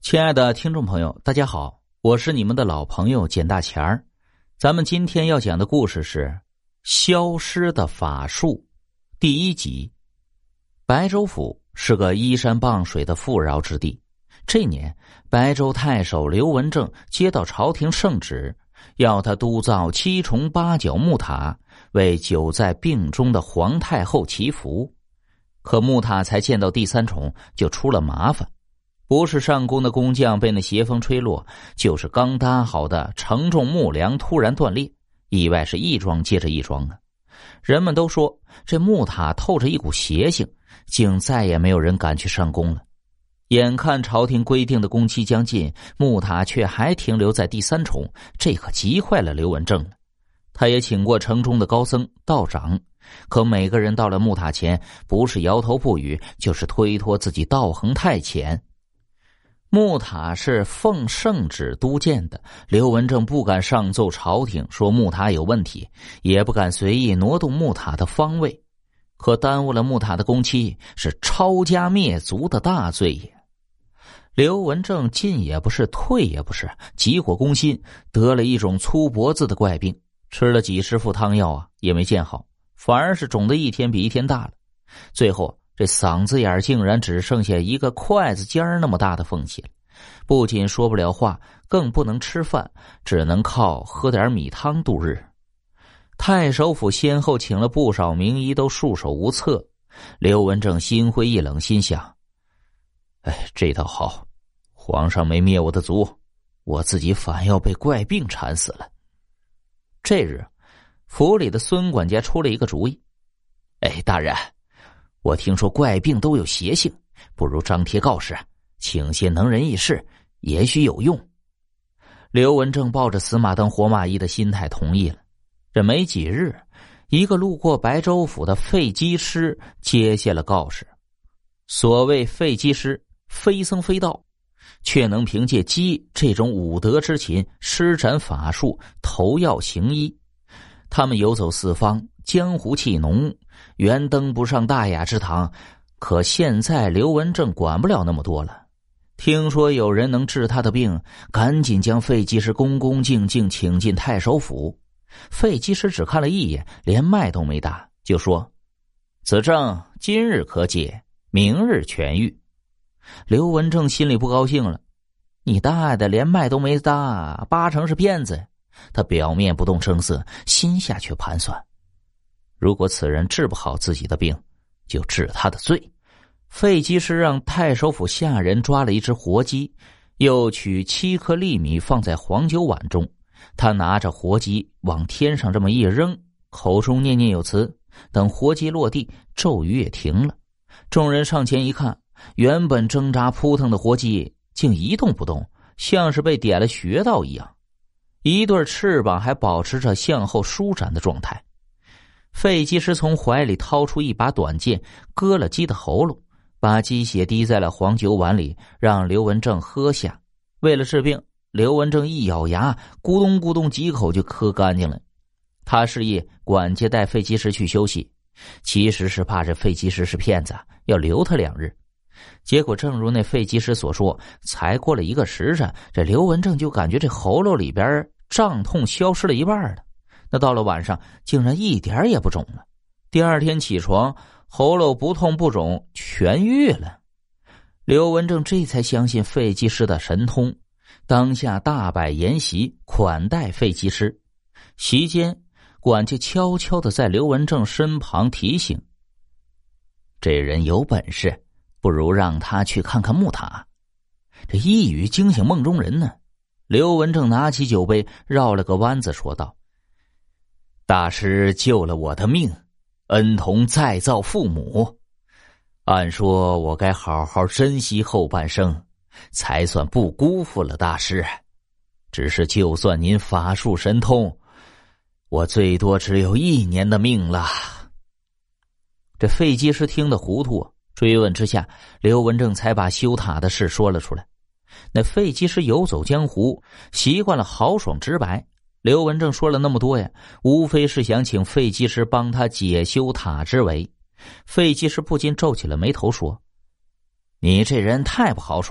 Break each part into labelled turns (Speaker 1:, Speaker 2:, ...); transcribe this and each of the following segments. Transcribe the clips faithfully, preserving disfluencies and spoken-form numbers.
Speaker 1: 亲爱的听众朋友，大家好，我是你们的老朋友简大钱儿。咱们今天要讲的故事是《消失的法术》第一集。白州府是个依山傍水的富饶之地。这年，白州太守刘文正接到朝廷圣旨，要他督造七重八角木塔，为久在病中的皇太后祈福。可木塔才建到第三重，就出了麻烦。不是上工的工匠被那邪风吹落，就是刚搭好的承重木梁突然断裂，意外是一桩接着一桩啊！人们都说这木塔透着一股邪性，竟再也没有人敢去上工了。眼看朝廷规定的工期将近，木塔却还停留在第三重，这可急坏了刘文正了。他也请过城中的高僧道长，可每个人到了木塔前，不是摇头不语，就是推脱自己道行太浅。木塔是奉圣旨督建的，刘文正不敢上奏朝廷说木塔有问题，也不敢随意挪动木塔的方位，可耽误了木塔的工期，是抄家灭族的大罪也。刘文正进也不是，退也不是，急火攻心，得了一种粗脖子的怪病，吃了几十副汤药啊，也没见好，反而是肿得一天比一天大了。最后这嗓子眼竟然只剩下一个筷子尖儿那么大的缝隙了，不仅说不了话，更不能吃饭，只能靠喝点米汤度日。太守府先后请了不少名医，都束手无策。刘文正心灰意冷，心想：哎，这倒好，皇上没灭我的族，我自己反要被怪病缠死了。这日，府里的孙管家出了一个主意：哎，大人，我听说怪病都有邪性，不如张贴告示，请些能人异士，也许有用。刘文正抱着死马当活马医的心态同意了。这没几日，一个路过白州府的废机师接下了告示。所谓废机师，非僧非道，却能凭借机这种武德之琴施展法术，投药行医。他们游走四方，江湖气浓，原登不上大雅之堂，可现在刘文正管不了那么多了。听说有人能治他的病，赶紧将废技师恭恭敬敬请进太守府。废技师只看了一眼，连脉都没打，就说：此症今日可解，明日痊愈。刘文正心里不高兴了，你大爷的，连脉都没打，八成是骗子。他表面不动声色，心下却盘算，如果此人治不好自己的病，就治他的罪。废技师让太守府下人抓了一只活鸡，又取七颗粒米放在黄酒碗中，他拿着活鸡往天上这么一扔，口中念念有词，等活鸡落地，咒语也停了。众人上前一看，原本挣扎扑腾的活鸡竟一动不动，像是被点了穴道一样，一对翅膀还保持着向后舒展的状态。废技师从怀里掏出一把短剑，割了鸡的喉咙，把鸡血滴在了黄酒碗里，让刘文正喝下。为了治病，刘文正一咬牙，咕咚咕咚几口就喝干净了。他示意管家带废技师去休息，其实是怕这废技师是骗子，要留他两日。结果正如那废技师所说，才过了一个时辰，这刘文正就感觉这喉咙里边胀痛消失了一半了。那到了晚上，竟然一点也不肿了。第二天起床，喉咙不痛不肿，痊愈了。刘文正这才相信废技师的神通，当下大摆筵席款待废技师。席间，管家悄悄地在刘文正身旁提醒：这人有本事，不如让他去看看木塔。这一语惊醒梦中人呢。刘文正拿起酒杯，绕了个弯子说道：大师救了我的命，恩同再造父母，按说我该好好珍惜后半生，才算不辜负了大师。只是就算您法术神通，我最多只有一年的命了。这废技师听得糊涂，追问之下，刘文正才把修塔的事说了出来。那废技师游走江湖，习惯了豪爽直白，刘文正说了那么多呀，无非是想请废技师帮他解修塔之围。废技师不禁皱起了眉头说：你这人太不豪爽，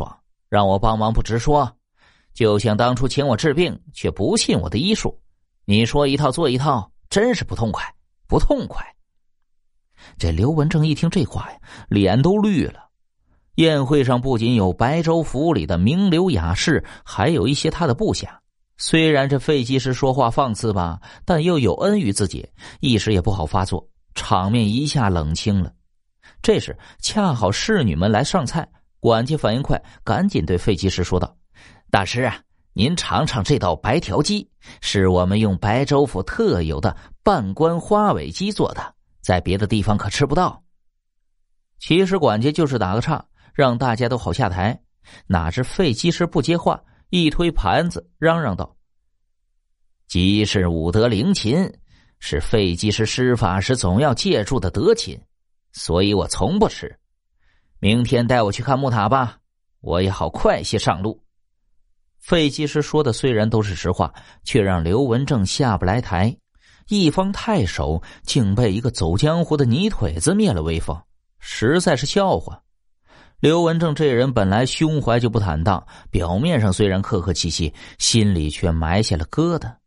Speaker 1: 让我帮忙不直说，就像当初请我治病却不信我的医术，你说一套做一套，真是不痛快，不痛快。这刘文正一听这话呀，脸都绿了。宴会上不仅有白州府里的名流雅士，还有一些他的部下。虽然这费技师说话放肆吧，但又有恩于自己，一时也不好发作，场面一下冷清了。这时恰好侍女们来上菜，管家反应快，赶紧对费技师说道：大师啊，您尝尝这道白条鸡，是我们用白州府特有的半关花尾鸡做的，在别的地方可吃不到。其实管家就是打个岔，让大家都好下台，哪知费技师不接话，一推盘子嚷嚷道：鸡是武德灵禽，是费技师施法时总要借助的德禽，所以我从不吃。明天带我去看木塔吧，我也好快些上路。费技师说的虽然都是实话，却让刘文正下不来台。一方太守竟被一个走江湖的泥腿子灭了威风，实在是笑话。刘文正这人本来胸怀就不坦荡，表面上虽然客客气气，心里却埋下了疙瘩。